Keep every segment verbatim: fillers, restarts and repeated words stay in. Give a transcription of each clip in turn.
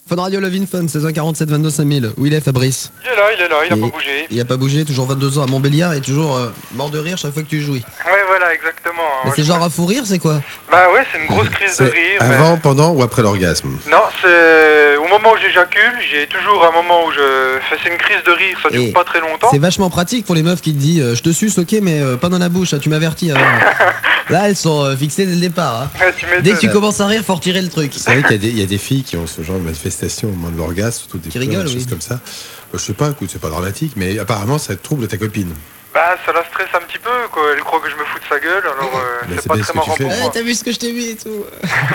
Fun Radio Love in Fun, seize heures quarante-sept, vingt-deux cinq mille. Où il est, Fabrice? Il est là, il est là, il a Et pas bougé. Il a pas bougé, toujours vingt-deux ans à Montbéliard et toujours euh, mort de rire chaque fois que tu jouis. Ouais, voilà, exactement. Mais Ouais, c'est je genre crois- à fou rire, c'est quoi? Bah ouais, c'est une grosse crise de C'est rire. avant, mais- pendant ou après l'orgasme? Non, c'est au moment où j'éjacule, j'ai toujours un moment où je... Enfin, c'est une crise de rire, ça dure Et pas très longtemps. C'est vachement pratique pour les meufs qui te disent euh, je te suce, ok, mais euh, pas dans la bouche, hein, tu m'avertis avant. Là, elles sont euh, fixées dès le départ. Hein. Ouais, tu m'étonnes. Dès que tu commences à rire, faut retirer le truc. C'est vrai qu'il y a des- il y, a des filles qui ont ce genre de manifestation au moment de l'orgasme, surtout des Qui pleurs, rigolent, des choses oui. comme ça. Euh, Je sais pas, écoute, c'est pas dramatique, mais apparemment ça trouble ta copine. Bah, ça la stresse un petit peu, quoi. Elle croit que je me fous de sa gueule, alors euh, Mais c'est c'est pas bien très ce que tu marrant fais. pour Ouais, moi. t'as vu ce que je t'ai mis et tout.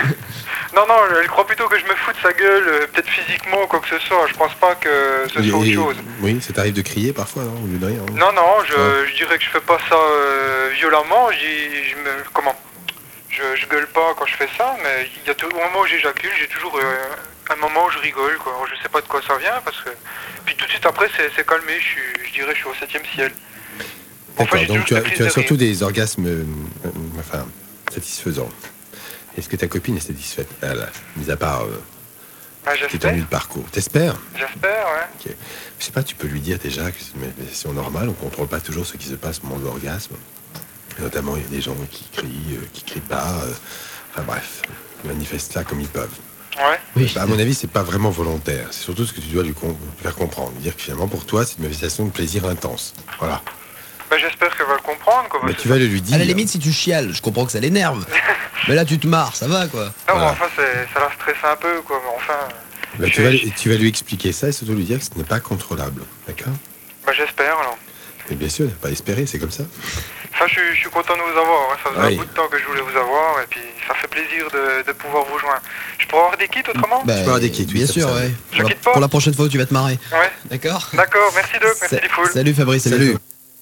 Non, non, elle croit plutôt que je me fous de sa gueule, euh, peut-être physiquement ou quoi que ce soit. Je pense pas que ce Et- soit autre et- chose. Oui, ça t'arrive de crier parfois, non, au lieu de rien. hein. Non, non, je, Ouais. je dirais que je fais pas ça euh, violemment. Je dis- je me, comment je, je gueule pas quand je fais ça, mais il y a tout, au moment où j'éjacule, j'ai toujours euh, un moment où je rigole, quoi. Alors, je sais pas de quoi ça vient, parce que puis tout de suite après, c'est c'est calmé. Je suis, je dirais, je suis au septième ciel. Enfin, D'accord, j'ai donc tu toujours as, cette tu crise as de surtout rire. des orgasmes euh, euh, enfin, satisfaisants. Est-ce que ta copine est satisfaite, elle, mis à part euh, Ah, qui j'espère, t'ennuie le parcours? T'espères? j'espère, ouais. Ok. Je sais pas, tu peux lui dire déjà que c'est une manifestation normale, on contrôle pas toujours ce qui se passe au moment de l'orgasme. Et notamment, il y a des gens qui crient, euh, qui crient pas. euh, enfin bref, ils manifestent là comme ils peuvent. Ouais. Oui. Bah, à mon avis, c'est pas vraiment volontaire. C'est surtout ce que tu dois lui, com- lui faire comprendre. Dire que finalement, pour toi, c'est une manifestation de plaisir intense. Voilà. Bah, j'espère qu'elle va le comprendre, quoi. Mais parce tu que- vas le lui dire. À la limite, si tu chiales, je comprends que ça l'énerve. Mais là, tu te marres, ça va quoi. Non, Voilà. mais enfin, c'est- ça la stresse un peu, quoi. Mais enfin, Bah, je- tu, vas, lui- tu vas lui expliquer ça et surtout lui dire que ce n'est pas contrôlable. D'accord? bah, j'espère, alors. Et bien sûr, pas espérer, c'est comme ça. Enfin, je, suis- je suis content de vous avoir. hein. Ça faisait Oui. un bout de temps que je voulais vous avoir, et puis ça fait plaisir de, de pouvoir vous joindre. Je pourrais avoir des kits autrement Bah, avoir des kits, oui, bien ça, sûr, ça. ouais. Je Pour la- quitte pas. Pour la prochaine fois où tu vas te marrer. Ouais. D'accord. D'accord, merci Doc, merci Sa- les foules. Salut Fabrice, salut. Salut.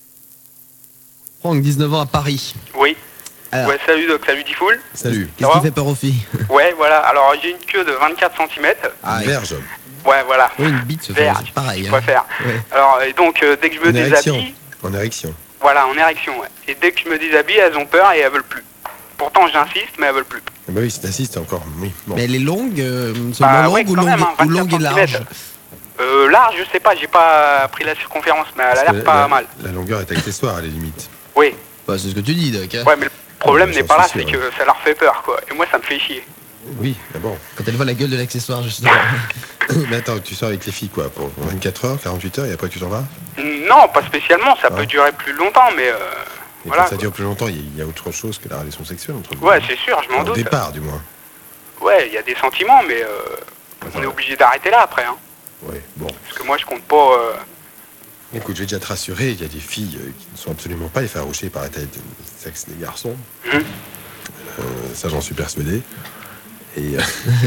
Franck, dix-neuf ans à Paris. Oui. Alors, Ouais, salut Doc, salut Diffoul. Salut. qu'est-ce Ça qui va fait peur aux filles? Ouais, voilà. Alors j'ai une queue de vingt-quatre centimètres. Ah, Une verge. Ouais, voilà. oui, une bite, Vert, c'est pareil. Je hein. préfère. Ouais. Alors, et donc, euh, dès que je me En érection. déshabille, En érection. voilà, en érection, ouais. Et dès que je me déshabille, elles ont peur et elles veulent plus. Pourtant, j'insiste, mais elles veulent plus. Ah bah oui, si t'insistes encore. Oui. Bon. Mais elle est longue, euh, seulement Bah, longue ouais, ou quand longue, même, hein, ou longue et vingt-quatre large? centimètres. Euh, large, je sais pas, j'ai pas pris la circonférence, mais elle a Parce que l'air pas la, mal. La longueur est accessoire à la limite. Oui. Bah, c'est ce que tu dis, Doc. hein. Ouais, mais le problème Ouais, n'est j'en pas là, suis c'est sûr, que ça leur fait peur, quoi. Et moi, ça me fait chier. Oui, d'abord. Quand elle voit la gueule de l'accessoire, justement. Mais attends, tu sors avec les filles quoi? Pour vingt-quatre heures, quarante-huit heures et après tu t'en vas? Non, pas spécialement, ça Ah. peut durer plus longtemps, mais... euh, Et voilà. quand ça dure plus longtemps, il y a- il y a autre chose que la relation sexuelle entre vous. Ouais, c'est sûr, je m'en Au doute. départ, du moins. Ouais, il y a des sentiments, mais euh, on est obligé d'arrêter là après, hein. Ouais, bon. Parce que moi, je compte pas... euh, Écoute, je vais déjà te rassurer, il y a des filles euh, qui ne sont absolument pas effarouchées par la taille du sexe des garçons. Mhm. Euh, ça, j'en suis persuadé. Et. euh,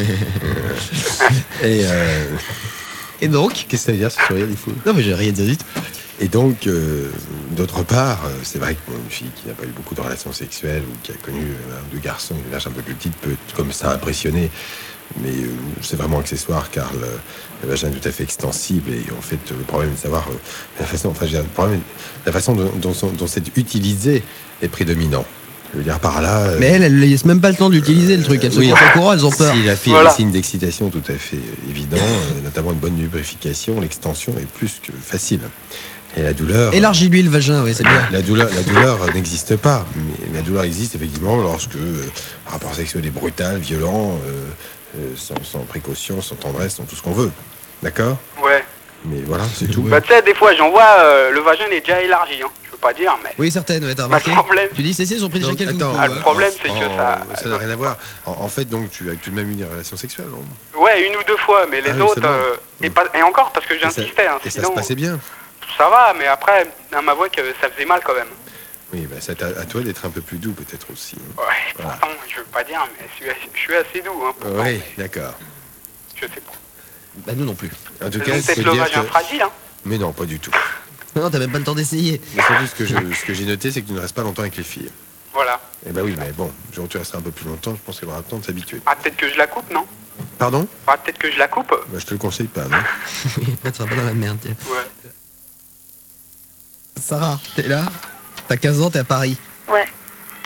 et. euh, Et donc? Qu'est-ce que ça veut dire ce sourire, il faut Non, mais j'ai rien dit du tout. Et donc, euh, d'autre part, euh, c'est vrai qu'une fille qui n'a pas eu beaucoup de relations sexuelles ou qui a connu euh, un ou deux garçons, une âge un peu plus petite, peut comme ça impressionner. Mais euh, c'est vraiment accessoire car le, le vagin est tout à fait extensible et en fait le problème est de savoir euh, la façon, enfin, je veux dire, le problème, la façon dont, dont, son- dont c'est utilisé est prédominant. Je veux dire par là. euh, Mais elle, elle laisse même pas le temps d'utiliser le truc. Elle se oui. croit au courant, elles ont peur. Si la fille Voilà. a des signes d'excitation tout à fait euh, évidents, euh, notamment une bonne lubrification, l'extension est plus que facile. Et la douleur. Élargis-lui le vagin, oui, c'est bien. La douleur, la douleur euh, n'existe pas, mais la douleur existe effectivement lorsque euh, un rapport sexuel est brutal, violent, euh, euh, sans, sans précaution, sans tendresse, sans tout ce qu'on veut. D'accord? Ouais. Mais voilà, c'est tout. Bah, tu sais, des fois, j'en vois, euh, le vagin est déjà élargi, hein. Je veux pas dire, mais... Oui, certaines, ouais, t'as Bah, remarqué. le problème... Tu dis, c'est ils ont pris Donc, déjà quelques attends, coups. Ah, le ouais. problème, c'est que en- ça- Ça n'a rien à voir. En, en fait, donc, tu as tout de même eu des relations sexuelles, non? Ouais, une ou deux fois, mais les Ah oui, autres... seulement. euh, et, pas- et encore, parce que Et ça- j'insistais, hein. Et ça Sinon, se passait bien. ça va, mais après, on m'avoue que ça faisait mal quand même. Oui, bah, c'est à, à toi d'être un peu plus doux peut-être aussi. Ouais, Voilà. pourtant, je veux pas dire, mais je suis, je suis assez doux, hein. pourtant, Oui, mais d'accord. Je sais pas. Bah, nous non plus. En tout Ils cas, ont il peut-être faut le dire vagin que... fragile, hein. Mais non, pas du tout. Non, t'as même pas le temps d'essayer. Mais surtout, ce que je- ce que j'ai noté, c'est que tu ne restes pas longtemps avec les filles. Voilà. Eh ben oui, mais bon, genre tu resteras un peu plus longtemps, je pense qu'elle aura le temps de s'habituer. Ah, peut-être que je la coupe, non? Pardon? Ah, peut-être que je la coupe. Bah, je te le conseille pas, non? Oui, là, tu seras pas dans la merde, tiens. Ouais. Sarah, t'es là? T'as quinze ans, t'es à Paris. Ouais.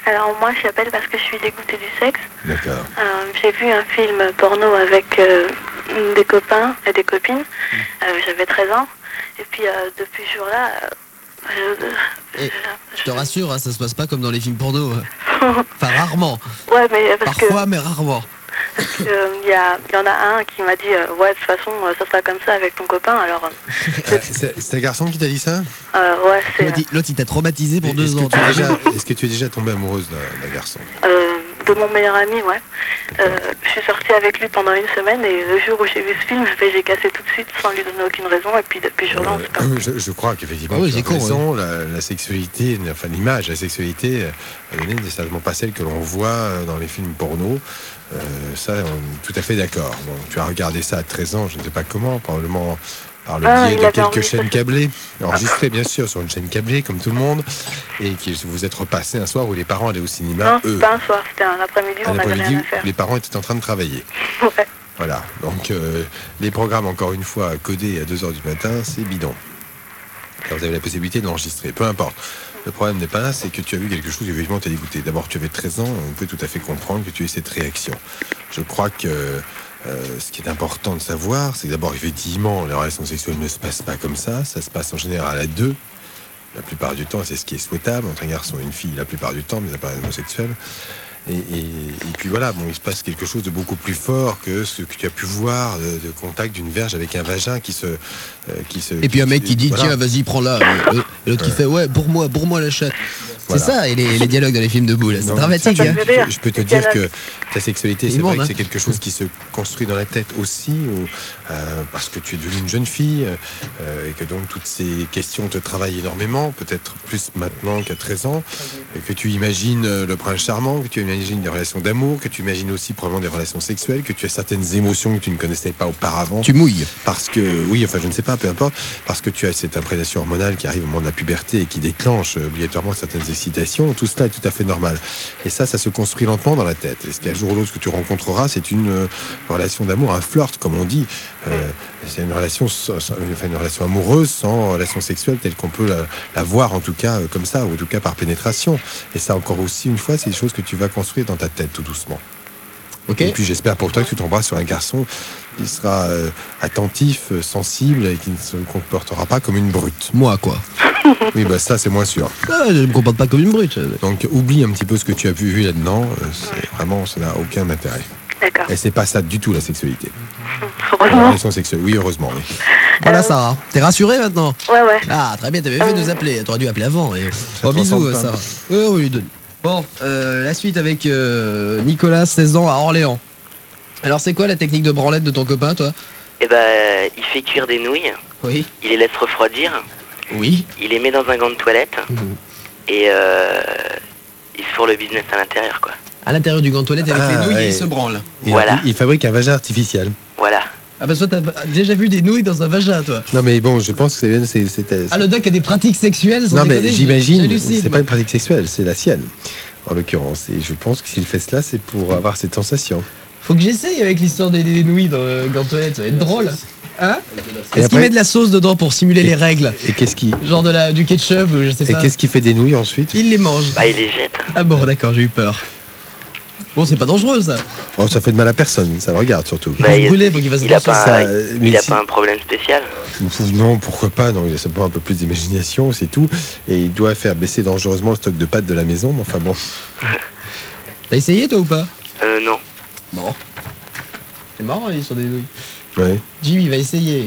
Alors moi j'appelle parce que je suis dégoûtée du sexe. D'accord. Euh, j'ai vu un film porno avec euh, des copains et des copines. Euh, J'avais treize ans. Et puis euh, depuis ce jour-là, euh, je, Et je- je te rassure, hein, ça se passe pas comme dans les films porno. Enfin, rarement. Ouais, mais parce que Parfois, mais rarement. il y, a, y en a un qui m'a dit euh, ouais de toute façon euh, ça sera comme ça avec ton copain. Alors Ah, c'est c'est un garçon qui t'a dit ça? euh, ouais c'est L'autre, il- l'autre, il t'a traumatisé pour Est-ce deux que ans. tu es déjà- Est-ce que tu es déjà tombée amoureuse d'un d'un garçon? euh, de mon meilleur ami, ouais. Euh, je suis sortie avec lui pendant une semaine et le jour où j'ai vu ce film, ben, j'ai cassé tout de suite sans lui donner aucune raison et puis depuis ce jour-là on se parle. Euh, je, je crois qu'effectivement, Ah oui, tu c'est as con, raison, la, la sexualité, enfin l'image, la sexualité, euh, n'est nécessairement pas celle que l'on voit euh, dans les films porno. Euh, ça, on est tout à fait d'accord. Bon, tu as regardé ça à treize ans, je ne sais pas comment, probablement par le Ah, biais il de avait quelques enregistré chaînes ça. câblées, enregistrées bien sûr sur une chaîne câblée comme tout le monde, et qui vous êtes repassé un soir où les parents allaient au cinéma, Non, eux. c'est pas un soir, c'était un après-midi, Un on n'avait après-midi rien à où faire. les parents étaient en train de travailler. Ouais. Voilà, donc euh, les programmes, encore une fois, codés à deux heures du matin, c'est bidon. Car vous avez la possibilité de l'enregistrer, peu importe. Le problème n'est pas là, c'est que tu as vu quelque chose, effectivement, t'as dégoûté. D'abord, tu avais treize ans, on peut tout à fait comprendre que tu aies cette réaction. Je crois que euh, ce qui est important de savoir, c'est que d'abord, effectivement, les relations sexuelles ne se passent pas comme ça, ça se passe en général à deux. La plupart du temps, c'est ce qui est souhaitable, entre un garçon et une fille, la plupart du temps, mais ça pas homosexuel. Et, et, et puis voilà, bon, il se passe quelque chose de beaucoup plus fort que ce que tu as pu voir de, de contact d'une verge avec un vagin qui se, euh, qui se. Et puis un mec qui dit voilà. tiens vas-y prends-la et, et l'autre qui fait ouais pour moi pour moi la chatte. C'est Voilà. ça et les, les dialogues dans les films de boules c'est Non, dramatique ça hein. fait rire. Je, je peux te Et dire puis, que ta sexualité, c'est Il vrai demande, que hein. c'est quelque chose qui se construit dans la tête aussi, ou, euh, parce que tu es devenue une jeune fille, euh, et que donc toutes ces questions te travaillent énormément, peut-être plus maintenant qu'à treize ans, et que tu imagines euh, le prince charmant, que tu imagines des relations d'amour, que tu imagines aussi probablement des relations sexuelles, que tu as certaines émotions que tu ne connaissais pas auparavant. Tu mouilles. Parce que, oui, enfin, je ne sais pas, peu importe, parce que tu as cette imprégnation hormonale qui arrive au moment de la puberté et qui déclenche euh, obligatoirement certaines excitations. Tout cela est tout à fait normal. Et ça, ça se construit lentement dans la tête. Et ce qu'un jour ou l'autre que tu rencontreras, c'est une euh, relation d'amour, un flirt, comme on dit. Euh, c'est une relation, sans- sans- enfin, une relation amoureuse sans relation sexuelle telle qu'on peut la, la voir, en tout cas, euh, comme ça, ou en tout cas par pénétration. Et ça, encore aussi, une fois, c'est des choses que tu vas construire dans ta tête, tout doucement. Ok. Et puis j'espère pour toi que tu tomberas sur un garçon qui sera euh, attentif, euh, sensible et qui ne se comportera pas comme une brute. Moi quoi. Oui, bah ça c'est moins sûr. Ah, je me comporte pas comme une brute. Donc oublie un petit peu ce que tu as vu, vu là-dedans. Euh, c'est vraiment, ça n'a aucun intérêt. D'accord. Et c'est pas ça du tout la sexualité. La Heureusement. relation sexuelle, oui, heureusement. Oui. Voilà Euh, Sarah. T'es rassurée maintenant? Ouais, ouais. Ah très bien t'avais fait de nous appeler. T'aurais dû appeler avant. Et... Ça Bon te bisous ressemble pas. Sarah. Oui oui Denis. Bon euh, la suite avec euh, Nicolas seize ans à Orléans. Alors c'est quoi la technique de branlette de ton copain toi? Eh ben, il fait cuire des nouilles, Oui. il les laisse refroidir, Oui. il les met dans un gant de toilette Mhm. et euh, il se fourre le business à l'intérieur, quoi. À l'intérieur du gant de toilette avec Ah, les nouilles ouais. et il se branle. Il, Voilà. il, il fabrique un vagin artificiel. Voilà. Ah bah toi t'as déjà vu des nouilles dans un vagin toi? Non mais bon, je pense que c'est... c'est, c'est- Ah le doc a des pratiques sexuelles sans non mais déconner, j'imagine, j'hallucine, c'est moi. pas une pratique sexuelle, c'est la sienne. En l'occurrence. Et je pense que s'il fait cela, c'est pour avoir cette sensation. Faut que j'essaye avec l'histoire des, des nouilles dans le gant de toilette, ça va être drôle. Hein? Et Est-ce qu'il après- met de la sauce dedans pour simuler les règles? Et qu'est-ce qui, Genre de la, du ketchup ou je sais et pas. qu'est-ce qui fait des nouilles ensuite? Il les mange. Bah, il les jette. Ah bon d'accord, j'ai eu peur. Bon c'est pas dangereux ça. Oh, ça fait de mal à personne, ça le regarde surtout. Bah, faut se il- brûler, faut qu'il fasse il a attention. pas, Ça, il, euh, il mais a si- pas un problème spécial. Non, pourquoi pas, non, il a simplement un peu plus d'imagination, c'est tout. Et il doit faire baisser dangereusement le stock de pâtes de la maison, mais enfin bon. T'as essayé toi ou pas? Euh, non. Bon. C'est marrant il est sur des nouilles. Ouais. Jimmy va essayer.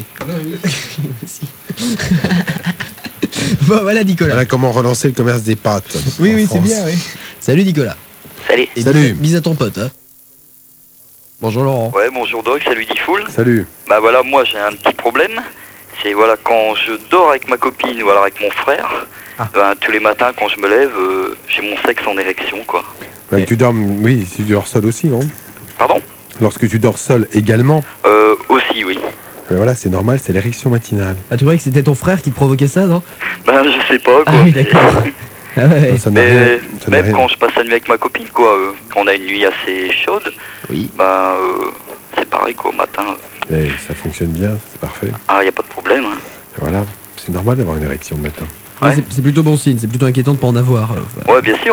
Bon voilà Nicolas. Voilà comment relancer le commerce des pâtes. Oui en oui c'est France. bien oui. Salut Nicolas. Salut. Et Salut. Bise, bise à ton pote hein. Bonjour Laurent. Ouais, bonjour Doc, salut Diffoul. Salut. Bah voilà, moi j'ai un petit problème. C'est voilà, quand je dors avec ma copine ou alors avec mon frère, Ah. ben, tous les matins quand je me lève, euh, j'ai mon sexe en érection, quoi. Ouais, tu dors, oui, tu dors seul aussi, non? Pardon? Lorsque tu dors seul également, Euh, aussi, oui. ben voilà, c'est normal, c'est l'érection matinale. Ah tu croyais que c'était ton frère qui te provoquait ça non? Ben, je sais pas, quoi. Ah oui d'accord. Ah ouais. Ça n'a Mais rien- ça n'a même rien- quand je passe la nuit avec ma copine, quoi, euh, quand on a une nuit assez chaude, Oui. ben, euh, c'est pareil, quoi, au matin. Mais ça fonctionne bien, c'est parfait. Ah, y a pas de problème, hein. Et voilà, c'est normal d'avoir une érection le matin. Ouais, Ouais. c'est- c'est plutôt bon signe, c'est plutôt inquiétant de pas en avoir. euh, enfin. Ouais, bien sûr, ouais.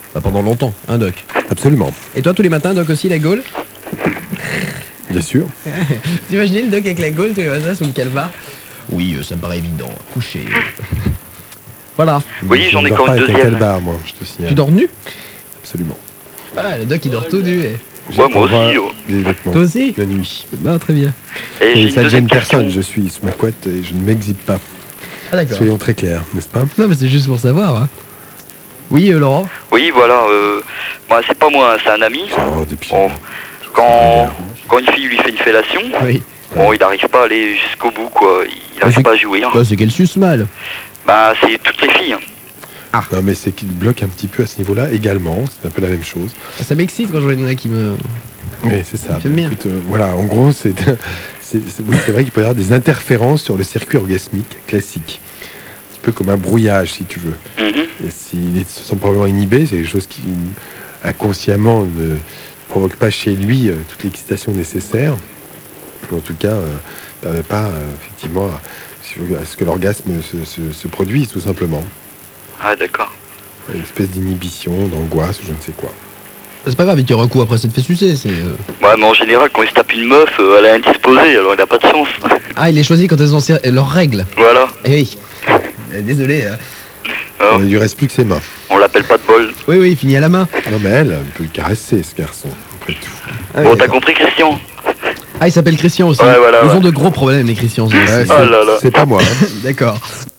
Bah, pendant longtemps, hein Doc. Absolument. Et toi tous les matins Doc aussi la gaule? Bien sûr. T'imaginez le Doc avec la gaule tous les matins sous le calvar? Oui, euh, ça me paraît évident. Coucher. Voilà. Oui, Je j'en ne ai dors quand pas une avec un deuxième. calbar, moi, je te signale. Tu dors nu? Absolument. Ah, le Doc il dort tout nu. eh. J'ai Ouais, moi pour voir aussi, oh. les vêtements. Toi aussi? La nuit. Bah très bien. Et j'ai Et une ça ne deuxième gêne personne, question. je suis sous ma couette et je ne m'exhibe pas. Ah d'accord. Soyons très clairs, n'est-ce pas? Non mais c'est juste pour savoir. Hein. Oui euh, Laurent? Oui, voilà. Euh, bah, c'est pas moi, c'est un ami. Oh, depuis. Bon, quand, quand une fille lui fait une fellation, Oui. bon, il n'arrive pas à aller jusqu'au bout, quoi. Il c'est- n'arrive pas à jouer. Hein. Bah c'est qu'elle suce mal. Bah, c'est toutes les filles. hein. Non, mais c'est qu'il bloque un petit peu à ce niveau-là également. C'est un peu la même chose. Ah, ça m'excite quand je vois une nana qui me... Oui, c'est ça. J'aime bien. Écoute, euh, voilà, en gros, c'est c'est c'est- oui, c'est vrai qu'il peut y avoir des interférences sur le circuit orgasmique classique. Un petit peu comme un brouillage, si tu veux. Mhm. Et s'ils sont probablement inhibés, c'est des choses qui inconsciemment ne provoquent pas chez lui euh, toute l'excitation nécessaire. Ou en tout cas, euh, ne permet pas euh, effectivement à, à ce que l'orgasme se, se- se produise, tout simplement. Ah, d'accord. Une espèce d'inhibition, d'angoisse, ou je ne sais quoi. C'est pas grave, il tire un coup après cette fait sucer. C'est. euh, Ouais, mais en général, quand il se tape une meuf, euh, elle est indisposée, alors il a pas de chance. Ah il est choisi quand elles ont ser- leurs règles. Voilà. Eh oui. Euh, Désolé. hein. Ah, Il ne lui reste plus que ses mains. on l'appelle pas de bol. Oui oui il finit à la main. Non, mais elle, elle peut le caresser, ce garçon, après tout. Ah, Bon, oui, t'as d'accord. compris, Christian? Ah il s'appelle Christian aussi. Ouais, voilà, Ils ouais. ont de gros problèmes les Christians. aussi. Ouais, c'est Oh là là. c'est pas moi. hein. D'accord.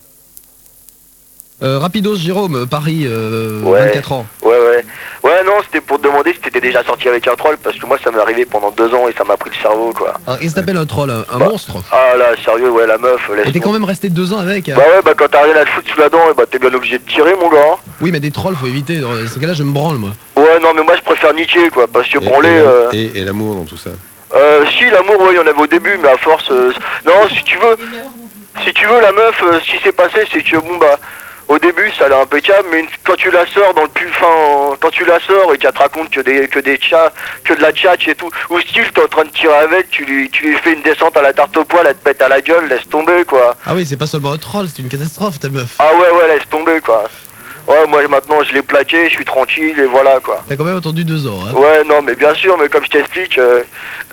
Euh, Rapidos Jérôme, Paris, euh, Ouais. vingt-quatre ans. Ouais, ouais. Ouais, non, c'était pour te demander si t'étais déjà sorti avec un troll, parce que moi, ça m'est arrivé pendant deux ans et ça m'a pris le cerveau, quoi. Alors, il s'appelle un troll, un, un Bah. monstre. Ah là, sérieux, ouais, la meuf, laisse Et t'es quand tomber. même resté deux ans avec. hein. Bah ouais, bah quand t'as rien à te foutre sous la dent, et bah t'es bien obligé de tirer, mon gars. Oui, mais des trolls, faut éviter. Dans ce cas-là, je me branle, moi. Ouais, non, mais moi, je préfère niquer, quoi, parce que Et, branler... et- Euh... et- et l'amour dans tout ça. Euh, si, l'amour, ouais, il y en avait au début, mais à force... euh, Non, si tu veux... Si tu veux, la meuf, euh, ce qui s'est passé, c'est que, bon, bah... Au début, ça a l'air impeccable, mais une- quand tu la sors dans le plus fin, quand tu la sors et qu'elle te raconte que des que des chats, que de la tchatch et tout, ou style t'es en train de tirer avec, tu lui tu lui fais une descente à la tarte au poil, elle te pète à la gueule, laisse tomber quoi. Ah oui, c'est pas seulement un troll, c'est une catastrophe, ta meuf. Ah ouais ouais, laisse tomber quoi. Ouais, moi maintenant je l'ai plaqué, je suis tranquille et voilà quoi. T'as quand même attendu deux ans, hein. Ouais, non mais bien sûr, mais comme je t'explique, euh...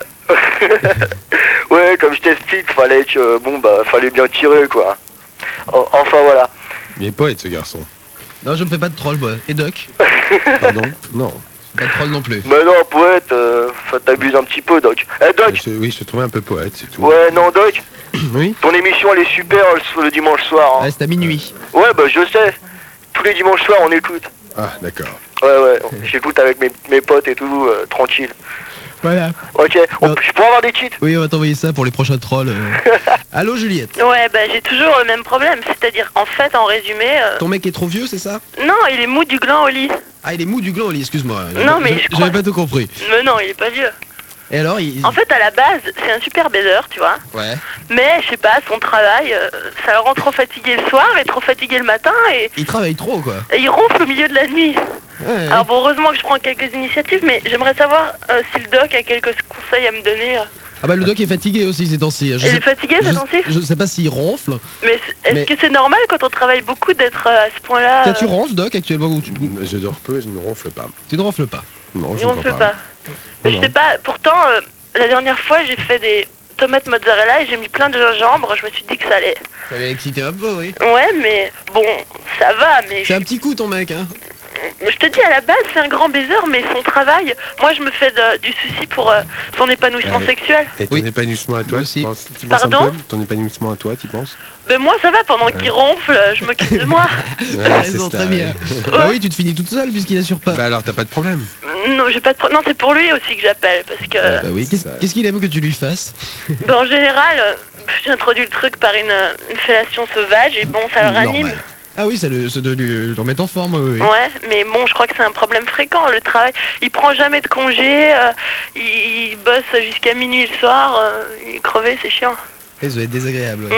ouais, comme je t'explique, fallait que bon bah fallait bien tirer quoi. En- Enfin voilà. Il est poète, ce garçon. Non, je me fais pas de troll, moi. Et Doc? Pardon? Non. Pas de troll non plus. Mais non, poète, euh, enfin, t'abuses un petit peu, Doc. Eh, Doc. Je- oui, je te trouvais un peu poète, c'est tout. Ouais, non, Doc. Oui. Ton émission, elle est super le, le dimanche soir. Hein. Ouais, c'est à minuit. Ouais, bah je sais. Tous les dimanches soirs, on écoute. Ah, d'accord. Ouais, ouais, j'écoute avec mes, mes potes et tout, euh, tranquille. Voilà. Ok, on, Non. je peux avoir des cheats? Oui, on va t'envoyer ça pour les prochains trolls. euh. Allô, Juliette? Ouais, bah j'ai toujours le même problème. C'est-à-dire, en fait, en résumé, euh, Ton mec est trop vieux, c'est ça? non, il est mou du gland au lit. Ah, il est mou du gland, Oli, excuse-moi. Non, mais Je- je crois- J'avais pas tout compris. Mais non, il est pas vieux. Et alors, il... En fait, à la base, c'est un super baiser, tu vois. Ouais. Mais, je sais pas, son travail, euh, ça le rend trop fatigué le soir et trop fatigué le matin et, Il travaille trop, quoi. et il ronfle au milieu de la nuit. Ouais, Alors bon, heureusement que je prends quelques initiatives, mais j'aimerais savoir euh, si le doc a quelques conseils à me donner. euh. Ah bah, le Doc est fatigué aussi ces temps-ci. Je Il sais- est fatigué ces je- temps-ci? Je sais pas s'il ronfle. Mais c- est-ce Mais- que c'est normal quand on travaille beaucoup d'être euh, à ce point-là? Tiens, tu euh, ronfles, Doc, actuellement, ou tu, Je dors peu et je ne ronfle pas. tu ne ronfles pas? Non, je on ne ne dors peut pas. pas. Mais je Non. sais pas, pourtant, euh, la dernière fois, j'ai fait des tomates mozzarella et j'ai mis plein de gingembre. Je me suis dit que ça allait. Ça va exciter un peu, oui. Ouais, mais bon, ça va, mais C'est un petit coup, ton mec, hein. je te dis, à la base, c'est un grand baiser, mais son travail, moi, je me fais de- du souci pour euh, son épanouissement Ouais. sexuel. Et ton Oui. épanouissement à toi, Moi aussi. tu penses, tu penses un Pardon peu Ton épanouissement à toi, tu penses? Mais moi, ça va, pendant qu'il ronfle, euh, je m'occupe de moi. T'as Ouais, raison, c'est très ça, bien. ouais. Bah oui, tu te finis toute seule puisqu'il assure pas. Bah alors, t'as pas de problème. Non, j'ai pas de pro- non, c'est pour lui aussi que j'appelle, parce que, Ah bah oui, qu'est-ce ça. qu'est-ce qu'il aime que tu lui fasses? ben, en général, euh, j'introduis le truc par une, euh, une fellation sauvage et bon, ça le ranime. Normal. Ah oui, ça le, ça doit lui, le remettre en forme, oui. oui. Ouais, mais bon, je crois que c'est un problème fréquent, le travail. Il prend jamais de congé, euh, il, il bosse jusqu'à minuit le soir, euh, il est crevé, c'est chiant. Et ça doit être désagréable. ouais. Mm.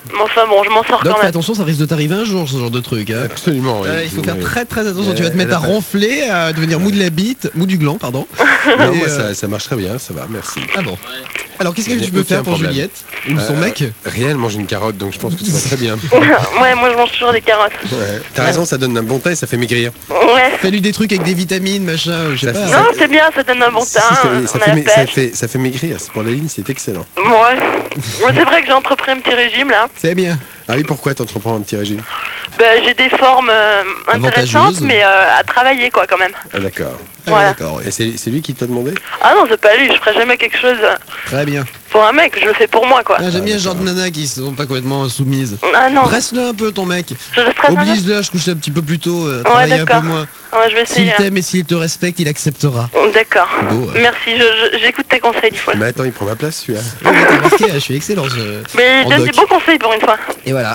Mais enfin bon, je m'en sors Donc quand fais même. attention, ça risque de t'arriver un jour, ce genre de truc. Hein. Absolument. Euh, il faut faire Ouais. très très attention, Euh, tu vas te mettre elle à a pas- ronfler, à devenir mou de la bite, mou du gland, pardon. Non, Et, moi, euh, ça, ça marche très bien, ça va, merci. Ah bon. Alors qu'est-ce que J'ai tu peux aucun faire pour problème. Juliette ou son Euh, mec? Rien, elle mange une carotte, donc je pense que ça va très bien. Ouais, moi je mange toujours des carottes. Ouais. T'as raison, ça donne un bon teint et ça fait maigrir. Ouais. Fais-lui des trucs avec des vitamines, machin, je sais Ça pas. fait- Non, c'est bien, ça donne un bon Si, teint. ça, ça On fait, a mai- la ça, pêche. fait, ça fait maigrir, c'est pour la ligne, c'est excellent. Ouais. Ouais, c'est vrai que j'ai entrepris un petit régime là. C'est bien. Ah oui, pourquoi t'entreprends un petit régime? Ben, j'ai des formes euh, intéressantes, Avantageuses. mais euh, à travailler quoi quand même. Ah d'accord. Ah, Voilà. D'accord, ouais. Et c'est c'est lui qui t'a demandé? Ah non, c'est pas lui, je ferai jamais quelque chose euh, Très bien. pour un mec, je le fais pour moi quoi. Ah, J'aime bien ce genre de nana qui sont pas complètement soumises. Ah non, Presse-le un peu ton mec. je le ferai jamais. Oblige-le à se coucher un petit peu plus tôt, euh, travailler un peu d'accord. moins. Ouais, je vais S'il essayer. t'aime et s'il te respecte, il acceptera. hein. D'accord. Beau, ouais. Merci, je- je- j'écoute tes conseils, fois. Mais attends, il prend ma place celui-là. Ouais, mais t'as remarqué, je suis excellent. je- Mais En donne doc. des bons conseils pour une fois. Et voilà.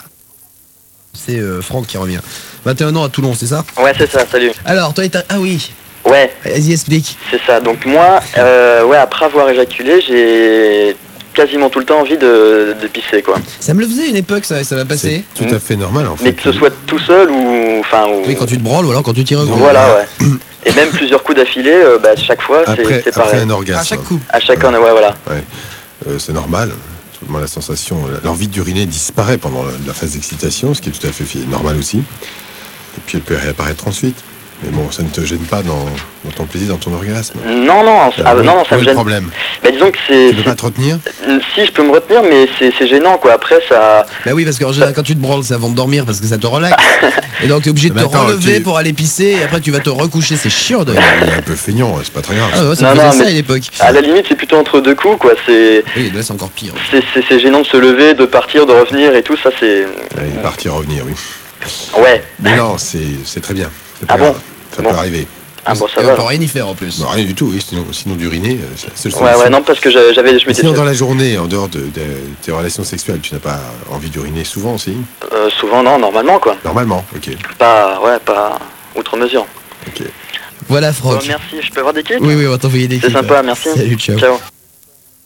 C'est euh, Franck qui revient. vingt et un ans à Toulon, c'est ça? Ouais, c'est ça, salut. Alors, toi, t'as- ah oui, Ouais, vas-y, explique. c'est ça. Donc moi, euh, ouais, après avoir éjaculé, j'ai quasiment tout le temps envie de, de pisser, quoi. Ça me le faisait une époque, ça, et ça va passer. C'est tout à fait normal en fait. Mais que ce soit tout seul ou... Enfin, ou... Oui, quand tu te branles ou alors quand tu tires. Voilà, ouais. Et même plusieurs coups d'affilée, euh, bah, chaque fois, c'est Après, c'est après pareil. un orgasme. À chaque coup. À chaque fois, ouais, voilà. Euh, c'est normal. Tout le monde a la sensation, l'envie d'uriner disparaît pendant la, la phase d'excitation, ce qui est tout à fait fi- normal aussi. Et puis elle peut réapparaître ensuite. Mais bon, ça ne te gêne pas dans, dans ton plaisir, dans ton orgasme. Non, non, ah, Où est- non, non, ça où me est le gêne. problème. Bah, disons que c'est... Tu peux pas te retenir? c'est- Si, je peux me retenir, mais c'est c'est gênant, quoi. Après, ça... Bah oui, parce qu'en général, quand tu te branles, c'est avant de dormir parce que ça te relaxe. Et donc, t'es obligé de Mais te attends, relever tu- pour aller pisser et après tu vas te recoucher. C'est chiant de. Il est un peu feignant, c'est pas très grave. Ah ouais, ça Non, me faisait non, ça mais- à l'époque. À la limite, c'est plutôt entre deux coups, quoi. C'est... Oui, là c'est encore pire. C'est c'est- c'est gênant de se lever, de partir, de revenir et tout, ça c'est... Allez, partir, revenir, oui. Ouais, Mais non, c'est c'est très bien. C'est pas Ah bon grave. Ça Bon. peut arriver. ah bon, ça Et on va. peut rien y faire en plus. Non, rien du tout, oui. Sinon, sinon d'uriner, euh, c'est la seule Ouais, solution. ouais, non, parce que j'a- j'avais... Je m'étais Sinon, fait- dans la journée, en dehors de, de tes relations sexuelles, tu n'as pas envie d'uriner souvent aussi? euh, souvent, non, normalement, quoi. Normalement, ok. Pas... Ouais, pas... Outre mesure. Ok. Voilà, Bon, Franck. merci, je peux avoir des kicks? Oui, oui, on va t'envoyer des C'est clips. sympa, merci. Salut, ciao. Ciao.